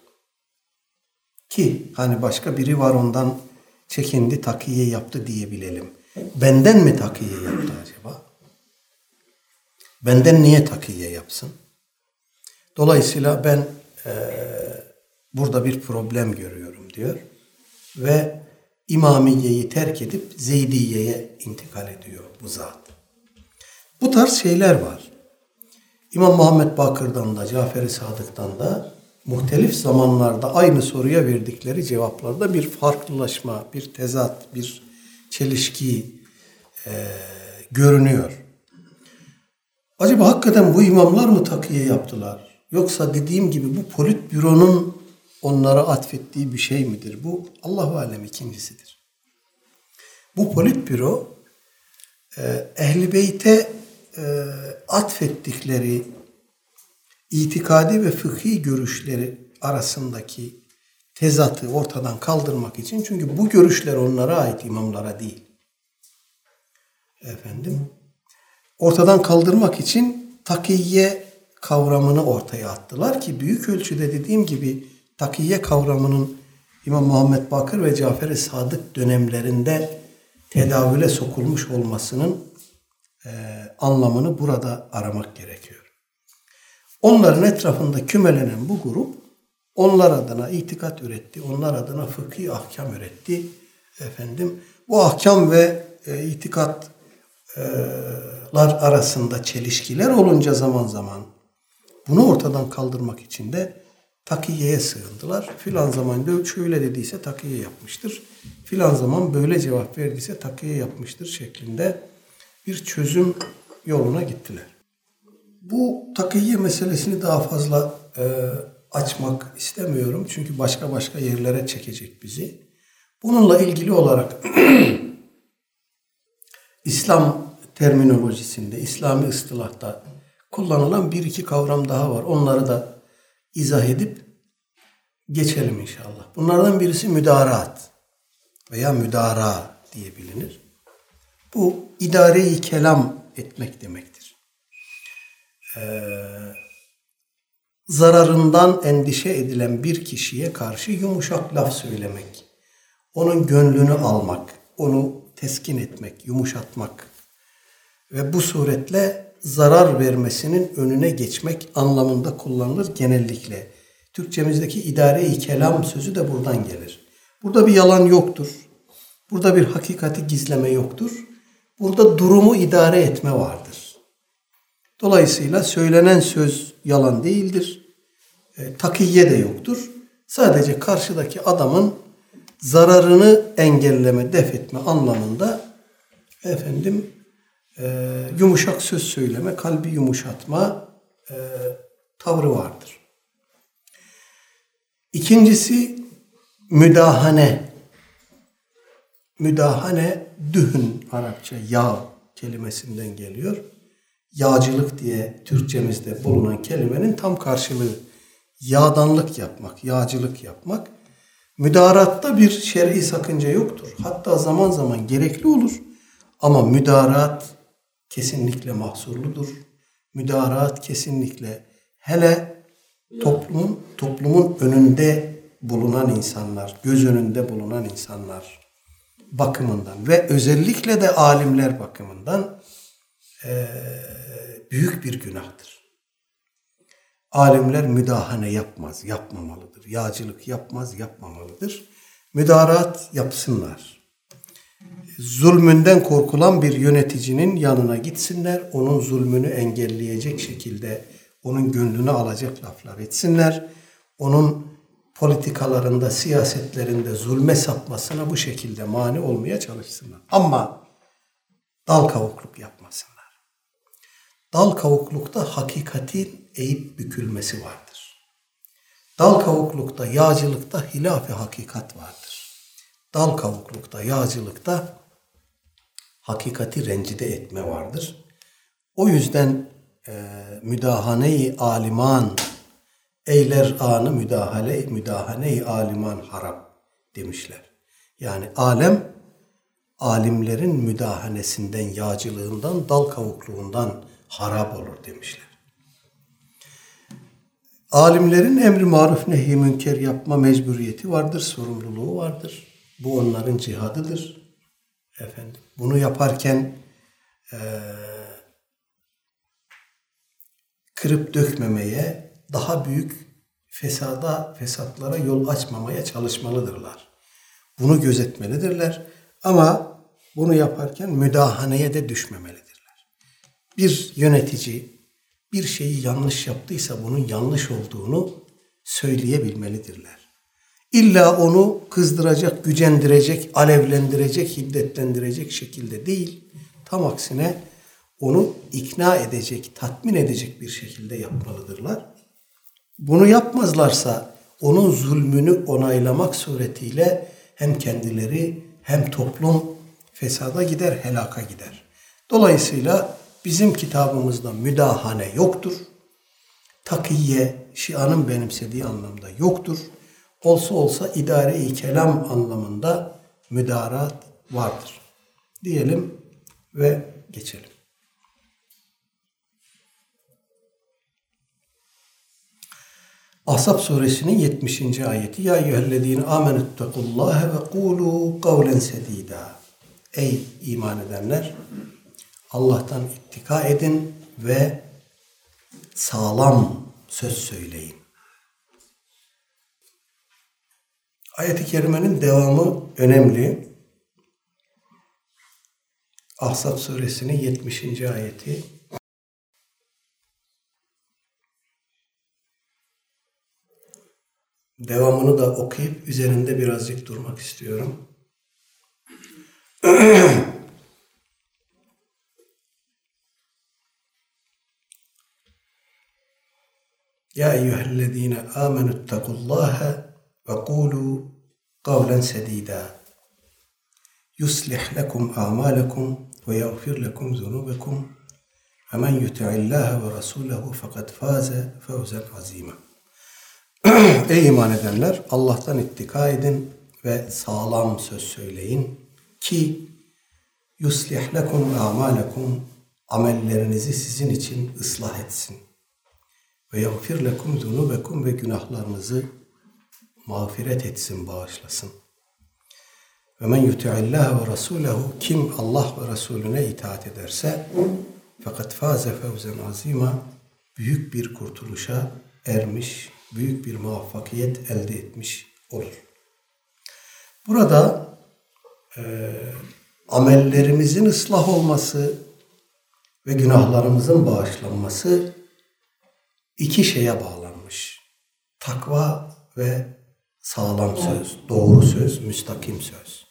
Ki hani başka biri var ondan çekindi, takiye yaptı diyebilelim. Benden mi takiye yaptı acaba? Benden niye takiye yapsın? Dolayısıyla ben e, burada bir problem görüyorum diyor. Ve İmamiye'yi terk edip Zeydiye'ye intikal ediyor bu zat. Bu tarz şeyler var. İmam Muhammed Bakır'dan da, Cafer-i Sadık'tan da muhtelif zamanlarda aynı soruya verdikleri cevaplarda bir farklılaşma, bir tezat, bir çelişki e, görünüyor. Acaba hakikaten bu imamlar mı takiye yaptılar? Yoksa dediğim gibi bu politbüronun onlara atfettiği bir şey midir? Bu Allahu alem ikincisidir. Bu politbüro e, Ehl-i Beyt'e e, atfettikleri itikadi ve fıkhi görüşleri arasındaki tezatı ortadan kaldırmak için, çünkü bu görüşler onlara ait, imamlara değil. Efendim, ortadan kaldırmak için takiyye kavramını ortaya attılar ki büyük ölçüde dediğim gibi takiyye kavramının İmam Muhammed Bakır ve Cafer-i Sadık dönemlerinde tedavüle sokulmuş olmasının e, anlamını burada aramak gerekiyor. Onların etrafında kümelenen bu grup Onlar adına itikat üretti. Onlar adına fıkhi ahkam üretti. Efendim, bu ahkam ve e, itikatlar arasında çelişkiler olunca zaman zaman bunu ortadan kaldırmak için de takiyeye sığındılar. Filan zaman şöyle dediyse takiye yapmıştır. Filan zaman böyle cevap verdiyse takiye yapmıştır şeklinde bir çözüm yoluna gittiler. Bu takiye meselesini daha fazla e, açmak istemiyorum. Çünkü başka başka yerlere çekecek bizi. Bununla ilgili olarak İslam terminolojisinde, İslami ıstılahta kullanılan bir iki kavram daha var. Onları da izah edip geçelim inşallah. Bunlardan birisi müdaraat veya müdara diye bilinir. Bu idare-i kelam etmek demektir. Ee, zararından endişe edilen bir kişiye karşı yumuşak laf söylemek, onun gönlünü almak, onu teskin etmek, yumuşatmak ve bu suretle zarar vermesinin önüne geçmek anlamında kullanılır genellikle. Türkçemizdeki idare-i kelam sözü de buradan gelir. Burada bir yalan yoktur. Burada bir hakikati gizleme yoktur. Burada durumu idare etme vardır. Dolayısıyla söylenen söz yalan değildir. E, takiye de yoktur. Sadece karşıdaki adamın zararını engelleme, def etme anlamında efendim e, yumuşak söz söyleme, kalbi yumuşatma e, tavrı vardır. İkincisi müdahane. Müdahane, dühün Arapça yağ kelimesinden geliyor. Yağcılık diye Türkçemizde bulunan kelimenin tam karşılığı. Yağdanlık yapmak, yağcılık yapmak. Müdaratta bir şer'i sakınca yoktur. Hatta zaman zaman gerekli olur. Ama müdarat kesinlikle mahsurludur. Müdarat kesinlikle hele toplumun toplumun önünde bulunan insanlar, göz önünde bulunan insanlar bakımından ve özellikle de alimler bakımından e, büyük bir günahtır. Alimler müdahale yapmaz, yapmamalıdır. Yağcılık yapmaz, yapmamalıdır. Müdarat yapsınlar. Zulmünden korkulan bir yöneticinin yanına gitsinler, onun zulmünü engelleyecek şekilde onun gönlünü alacak laflar etsinler. Onun politikalarında, siyasetlerinde zulme sapmasına bu şekilde mani olmaya çalışsınlar. Ama dal kavukluk yapmasınlar. Dal kavuklukta hakikatin eğip bükülmesi vardır. Dal kavuklukta, yağcılıkta hilaf-ı hakikat vardır. Dal kavuklukta, yağcılıkta hakikati rencide etme vardır. O yüzden e, müdahane-i aliman, eyler anı müdahale, müdahane-i aliman harap demişler. Yani alem, alimlerin müdahanesinden, yağcılığından, dal kavukluğundan harap olur demişler. Alimlerin emri maruf nehy-i münker yapma mecburiyeti vardır, sorumluluğu vardır. Bu onların cihadıdır. Efendim, bunu yaparken e, kırıp dökmemeye, daha büyük fesada, fesatlara yol açmamaya çalışmalıdırlar. Bunu gözetmelidirler. Ama bunu yaparken müdahaneye de düşmemelidirler. Bir yönetici bir şeyi yanlış yaptıysa bunun yanlış olduğunu söyleyebilmelidirler. İlla onu kızdıracak, gücendirecek, alevlendirecek, hiddetlendirecek şekilde değil, tam aksine onu ikna edecek, tatmin edecek bir şekilde yapmalıdırlar. Bunu yapmazlarsa onun zulmünü onaylamak suretiyle hem kendileri hem toplum fesada gider, helaka gider. Dolayısıyla bizim kitabımızda müdahane yoktur. Takiye, Şia'nın benimsediği anlamda yoktur. Olsa olsa idare-i kelam anlamında müdarat vardır. Diyelim ve geçelim. Ahzab suresinin yetmişinci ayeti. Ya eyyühellezine amenüttekullâhe ve kûlû kavlen sedîdâ. Ey iman edenler! Allah'tan ittika edin ve sağlam söz söyleyin. Ayet-i kerimenin devamı önemli. Ahzab suresinin yetmişinci ayeti. Devamını da okuyup üzerinde birazcık durmak istiyorum. Ya eyyühellezine amenüttekullaha ve kulu kavlen sedida yuslih lekum a'malekum ve yagfir lekum zunubekum ve men yuti'illaha ve rasulehu fekad faze fevzen azima. Ey iman edenler, Allah'tan ittika edin ve sağlam söz söyleyin ki yuslih lekum a'malekum, amellerinizi sizin için ıslah etsin. Ve yagfir lekum zunubekum, ve günahlarınızı mağfiret etsin, bağışlasın. Ve men yuti'illaha ve rasulehu, kim Allah ve Resulüne itaat ederse fakat faze fevzen azima, büyük bir kurtuluşa ermiş, büyük bir muvaffakiyet elde etmiş olur. Burada e, amellerimizin ıslah olması ve günahlarımızın bağışlanması iki şeye bağlanmış. Takva ve sağlam söz, doğru söz, müstakim söz.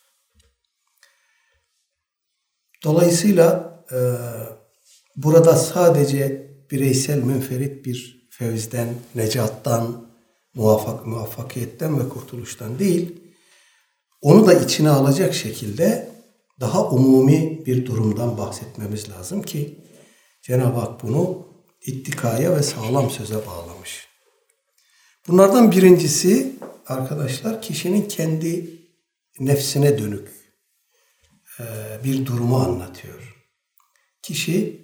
Dolayısıyla e, burada sadece bireysel münferit bir fevzden, necattan, muvaffak, muvaffakiyetten ve kurtuluştan değil, onu da içine alacak şekilde daha umumi bir durumdan bahsetmemiz lazım ki Cenab-ı Hak bunu ittikaya ve sağlam söze bağlamış. Bunlardan birincisi arkadaşlar, kişinin kendi nefsine dönük bir durumu anlatıyor. Kişi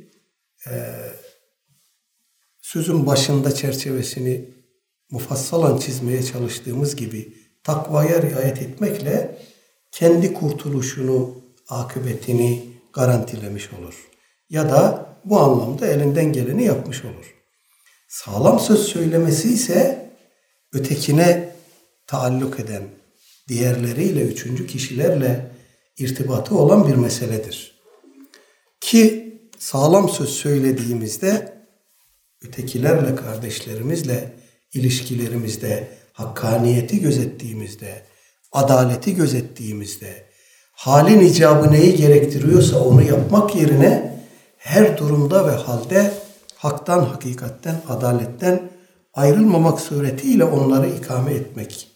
sözün başında çerçevesini mufassalan çizmeye çalıştığımız gibi takvaya riayet etmekle kendi kurtuluşunu, akıbetini garantilemiş olur. Ya da bu anlamda elinden geleni yapmış olur. Sağlam söz söylemesi ise ötekine taalluk eden, diğerleriyle, üçüncü kişilerle irtibatı olan bir meseledir. Ki sağlam söz söylediğimizde ötekilerle, kardeşlerimizle ilişkilerimizde hakkaniyeti gözettiğimizde, adaleti gözettiğimizde, halin icabı neyi gerektiriyorsa onu yapmak yerine her durumda ve halde haktan, hakikatten, adaletten ayrılmamak suretiyle onları ikame etmek.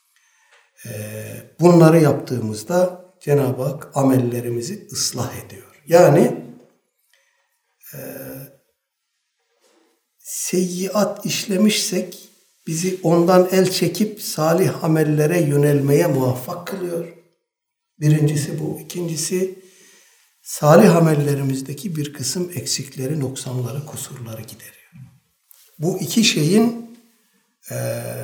Bunları yaptığımızda Cenab-ı Hak amellerimizi ıslah ediyor. Yani e, seyyiat işlemişsek bizi ondan el çekip salih amellere yönelmeye muvaffak kılıyor. Birincisi bu. İkincisi, salih amellerimizdeki bir kısım eksikleri, noksanları, kusurları gideriyor. Bu iki şeyin e,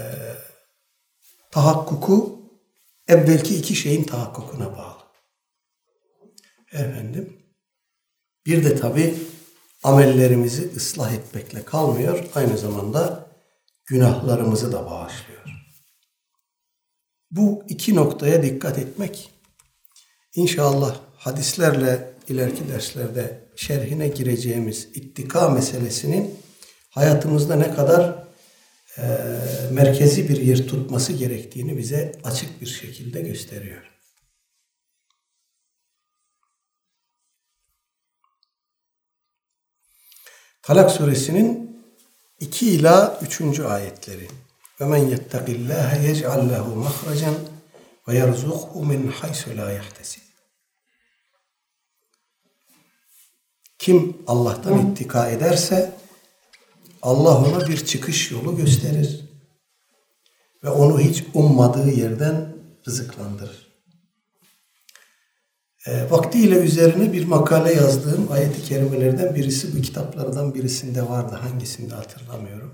tahakkuku evvelki iki şeyin tahakkukuna bağlı. Efendim, bir de tabii amellerimizi ıslah etmekle kalmıyor, aynı zamanda günahlarımızı da bağışlıyor. Bu iki noktaya dikkat etmek, İnşallah hadislerle ileriki derslerde şerhine gireceğimiz ittika meselesinin hayatımızda ne kadar e, merkezi bir yer tutması gerektiğini bize açık bir şekilde gösteriyor. Talak suresinin iki ila üçüncü ayetleri. وَمَنْ يَتَّقِ اللّٰهَ يَجْعَلْ لَهُ مَخْرَجًا وَيَرْزُقْهُ مِنْ حَيْسُ لَا يَحْتَسِبُ. Kim Allah'tan ittika ederse Allah ona bir çıkış yolu gösterir ve onu hiç ummadığı yerden rızıklandırır. E, vaktiyle üzerine bir makale yazdığım ayet-i kerimelerden birisi, bu kitaplardan birisinde vardı. Hangisinde hatırlamıyorum.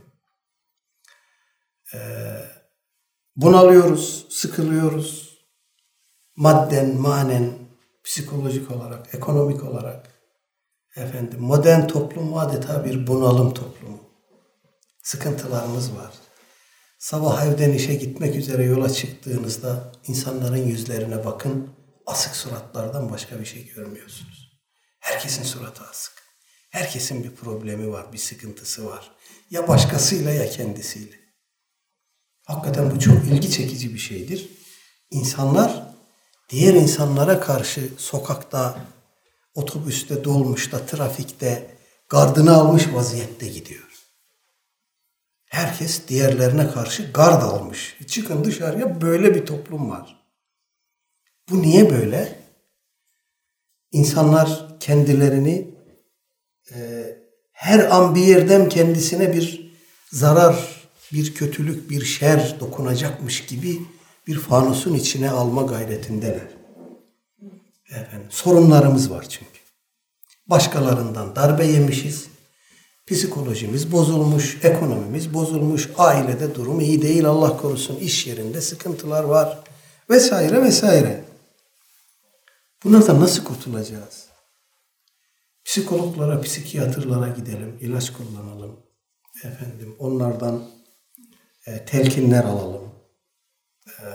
E, bunalıyoruz, sıkılıyoruz. Madden, manen, psikolojik olarak, ekonomik olarak. Efendim, modern toplum adeta bir bunalım toplumu. Sıkıntılarımız var. Sabah evden işe gitmek üzere yola çıktığınızda insanların yüzlerine bakın. Asık suratlardan başka bir şey görmüyorsunuz. Herkesin suratı asık. Herkesin bir problemi var, bir sıkıntısı var. Ya başkasıyla ya kendisiyle. Hakikaten bu çok ilgi çekici bir şeydir. İnsanlar diğer insanlara karşı sokakta, otobüste, dolmuşta, trafikte gardını almış vaziyette gidiyor. Herkes diğerlerine karşı gard almış. Çıkın dışarıya, böyle bir toplum var. Bu niye böyle? İnsanlar kendilerini e, her an bir yerden kendisine bir zarar, bir kötülük, bir şer dokunacakmış gibi bir fanusun içine alma gayretindeler. Efendim, sorunlarımız var çünkü. Başkalarından darbe yemişiz. Psikolojimiz bozulmuş, ekonomimiz bozulmuş, ailede durum iyi değil, Allah korusun, iş yerinde sıkıntılar var vesaire vesaire. Bunlardan nasıl kurtulacağız? Psikologlara, psikiyatrlara gidelim, ilaç kullanalım. Efendim, onlardan e, telkinler alalım. E,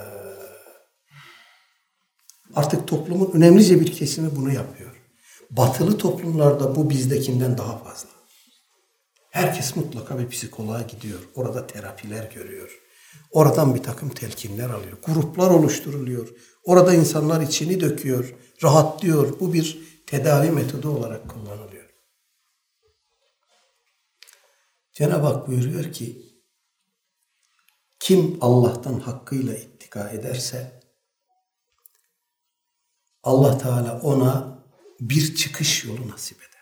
artık toplumun önemlice bir kesimi bunu yapıyor. Batılı toplumlarda bu bizdekinden daha fazla. Herkes mutlaka bir psikoloğa gidiyor. Orada terapiler görüyor. Oradan bir takım telkinler alıyor. Gruplar oluşturuluyor. Orada insanlar içini döküyor, rahatlıyor. Bu bir tedavi metodu olarak kullanılıyor. Cenab-ı Hak buyuruyor ki, kim Allah'tan hakkıyla ittika ederse, Allah Teala ona bir çıkış yolu nasip eder.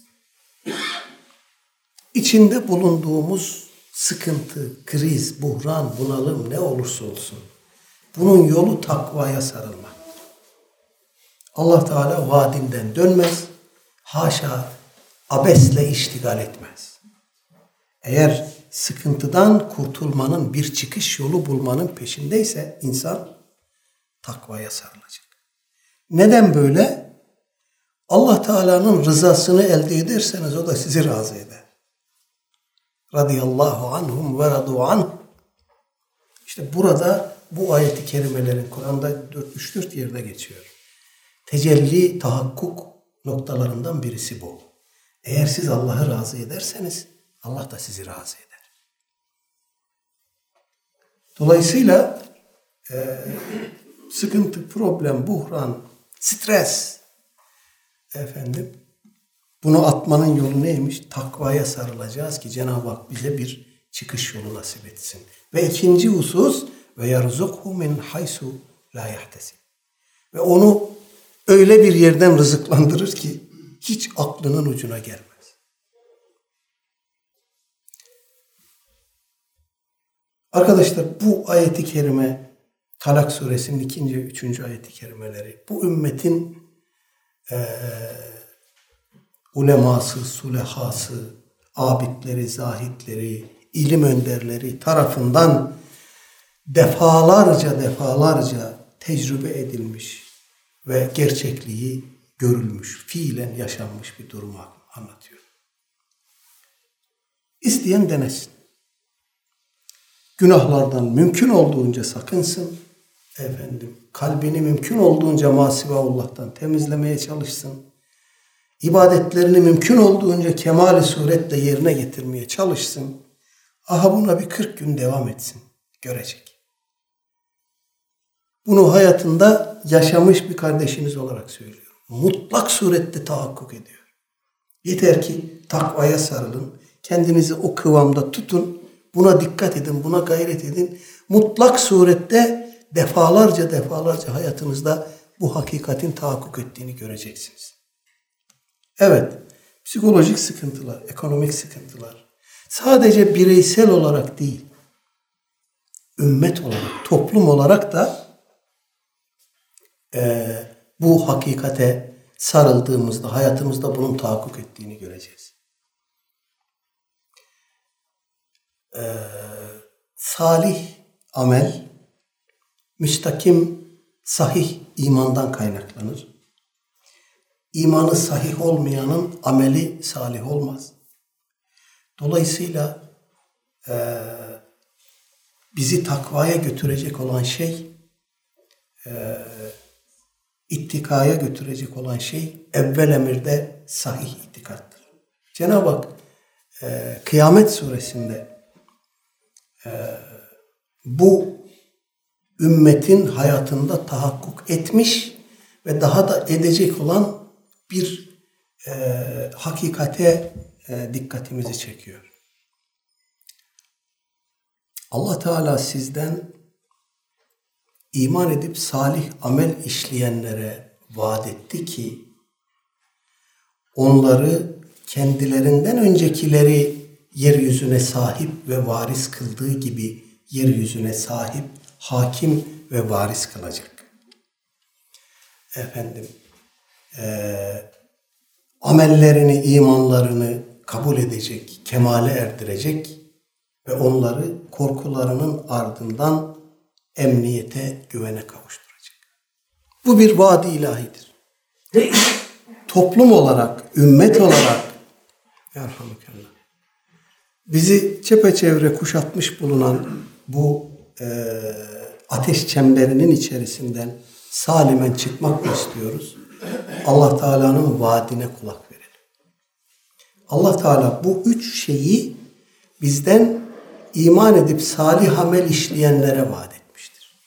İçinde bulunduğumuz sıkıntı, kriz, buhran, bunalım ne olursa olsun, bunun yolu takvaya sarılmak. Allah Teala vaadinden dönmez, haşa abesle iştigal etmez. Eğer sıkıntıdan kurtulmanın, bir çıkış yolu bulmanın peşindeyse insan takvaya sarılacak. Neden böyle? Allah Teala'nın rızasını elde ederseniz o da sizi razı eder. Radiyallahu anhum ve radu anh. İşte burada bu ayeti kerimelerin Kur'an'da üç dört yerde geçiyor. Tecelli, tahakkuk noktalarından birisi bu. Eğer siz Allah'ı razı ederseniz Allah da sizi razı eder. Dolayısıyla e, sıkıntı, problem, buhran, stres, efendim, bunu atmanın yolu neymiş? Takvaya sarılacağız ki Cenab-ı Hak bize bir çıkış yolu nasip etsin. Ve ikinci husus, ve yerzukhu min haysu la yahtesib. Ve onu öyle bir yerden rızıklandırır ki hiç aklının ucuna gelmez. Arkadaşlar, bu ayeti kerime, Talak suresinin ikinci, üçüncü ayeti kerimeleri, bu ümmetin e, uleması, sulehası, abidleri, zahitleri, ilim önderleri tarafından defalarca defalarca tecrübe edilmiş ve gerçekliği görülmüş, fiilen yaşanmış bir durumu anlatıyor. İsteyen denesin. Günahlardan mümkün olduğunca sakınsın. Efendim, kalbini mümkün olduğunca masivahullah'tan temizlemeye çalışsın. İbadetlerini mümkün olduğunca kemal-i suretle yerine getirmeye çalışsın. Aha buna bir kırk gün devam etsin. Görecek. Bunu hayatında yaşamış bir kardeşiniz olarak söylüyorum. Mutlak surette tahakkuk ediyor. Yeter ki takvaya sarılın. Kendinizi o kıvamda tutun. Buna dikkat edin, buna gayret edin. Mutlak surette defalarca defalarca hayatınızda bu hakikatin tahakkuk ettiğini göreceksiniz. Evet, psikolojik sıkıntılar, ekonomik sıkıntılar sadece bireysel olarak değil, ümmet olarak, toplum olarak da e, bu hakikate sarıldığımızda, hayatımızda bunun tahakkuk ettiğini göreceğiz. E, salih amel, müstakim, sahih imandan kaynaklanır. İmanı sahih olmayanın ameli salih olmaz. Dolayısıyla e, bizi takvaya götürecek olan şey, e, ittikaya götürecek olan şey evvel emirde sahih itikattır. Cenab-ı Hak e, Kıyamet suresinde e, bu ümmetin hayatında tahakkuk etmiş ve daha da edecek olan bir e, hakikate e, dikkatimizi çekiyor. Allah Teala sizden iman edip salih amel işleyenlere vaat etti ki onları kendilerinden öncekileri yeryüzüne sahip ve varis kıldığı gibi yeryüzüne sahip, hakim ve varis kılacak. Efendim, e, amellerini, imanlarını kabul edecek, kemale erdirecek ve onları korkularının ardından emniyete, güvene kavuşturacak. Bu bir vaad-i ilahidir. Toplum olarak, ümmet olarak Yarhamukallah, bizi çepeçevre kuşatmış bulunan bu e, ateş çemberinin içerisinden salimen çıkmak mı istiyoruz? Allah Teala'nın vaadine kulak verelim. Allah Teala bu üç şeyi bizden iman edip salih amel işleyenlere vaat etmiştir.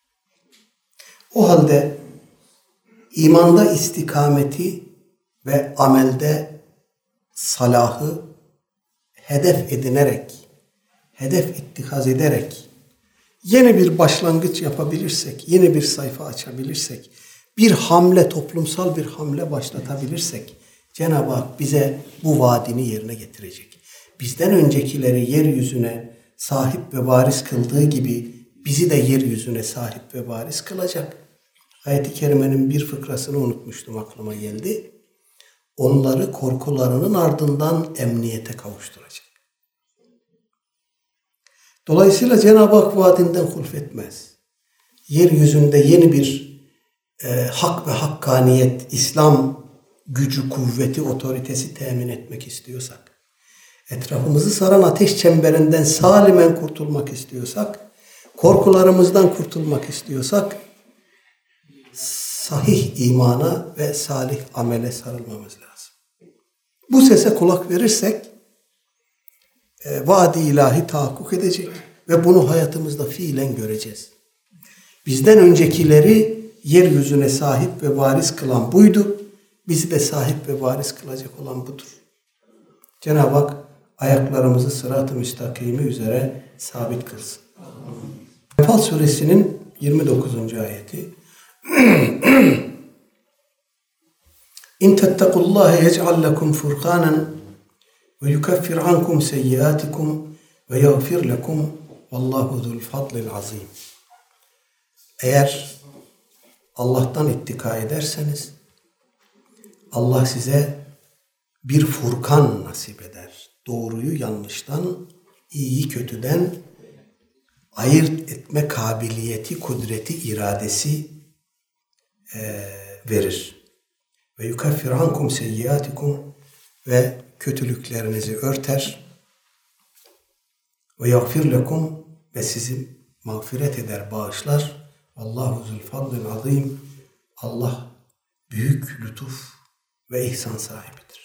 O halde imanda istikameti ve amelde salahı hedef edinerek, hedef ittikaz ederek yeni bir başlangıç yapabilirsek, yeni bir sayfa açabilirsek, bir hamle, toplumsal bir hamle başlatabilirsek Cenab-ı Hak bize bu vaadini yerine getirecek. Bizden öncekileri yeryüzüne sahip ve varis kıldığı gibi bizi de yeryüzüne sahip ve varis kılacak. Ayet-i Kerime'nin bir fıkrasını unutmuştum, aklıma geldi. Onları korkularının ardından emniyete kavuşturacak. Dolayısıyla Cenab-ı Hak vaadinden hulfetmez. Yeryüzünde yeni bir e, hak ve hakkaniyet, İslam gücü, kuvveti, otoritesi temin etmek istiyorsak, etrafımızı saran ateş çemberinden salimen kurtulmak istiyorsak, korkularımızdan kurtulmak istiyorsak, sahih imana ve salih amele sarılmamız lazım. Bu sese kulak verirsek, e, vaad-i ilahi tahakkuk edecek ve bunu hayatımızda fiilen göreceğiz. Bizden öncekileri yeryüzüne sahip ve varis kılan buydu. Bizi de sahip ve varis kılacak olan budur. Cenab-ı Hak ayaklarımızı sırat-ı müstakimi üzere sabit kılsın. Enfal suresinin yirmi dokuzuncu ayeti. İn tettakullaha yec'al lekum furkanen ve yukaffir ankum seyyiatikum ve yagfir lekum vallahu zul fadlil azim. Eğer Allah'tan ittika ederseniz Allah size bir furkan nasip eder. Doğruyu yanlıştan, iyiyi kötüden ayırt etme kabiliyeti, kudreti, iradesi e, verir. Ve yukaffir ankum seyyiatikum ve kötülüklerinizi örter. Ve yagfir lekum ve sizi mağfiret eder, bağışlar. Allahu zul fadlil azim. Allah büyük lütuf ve ihsan sahibidir.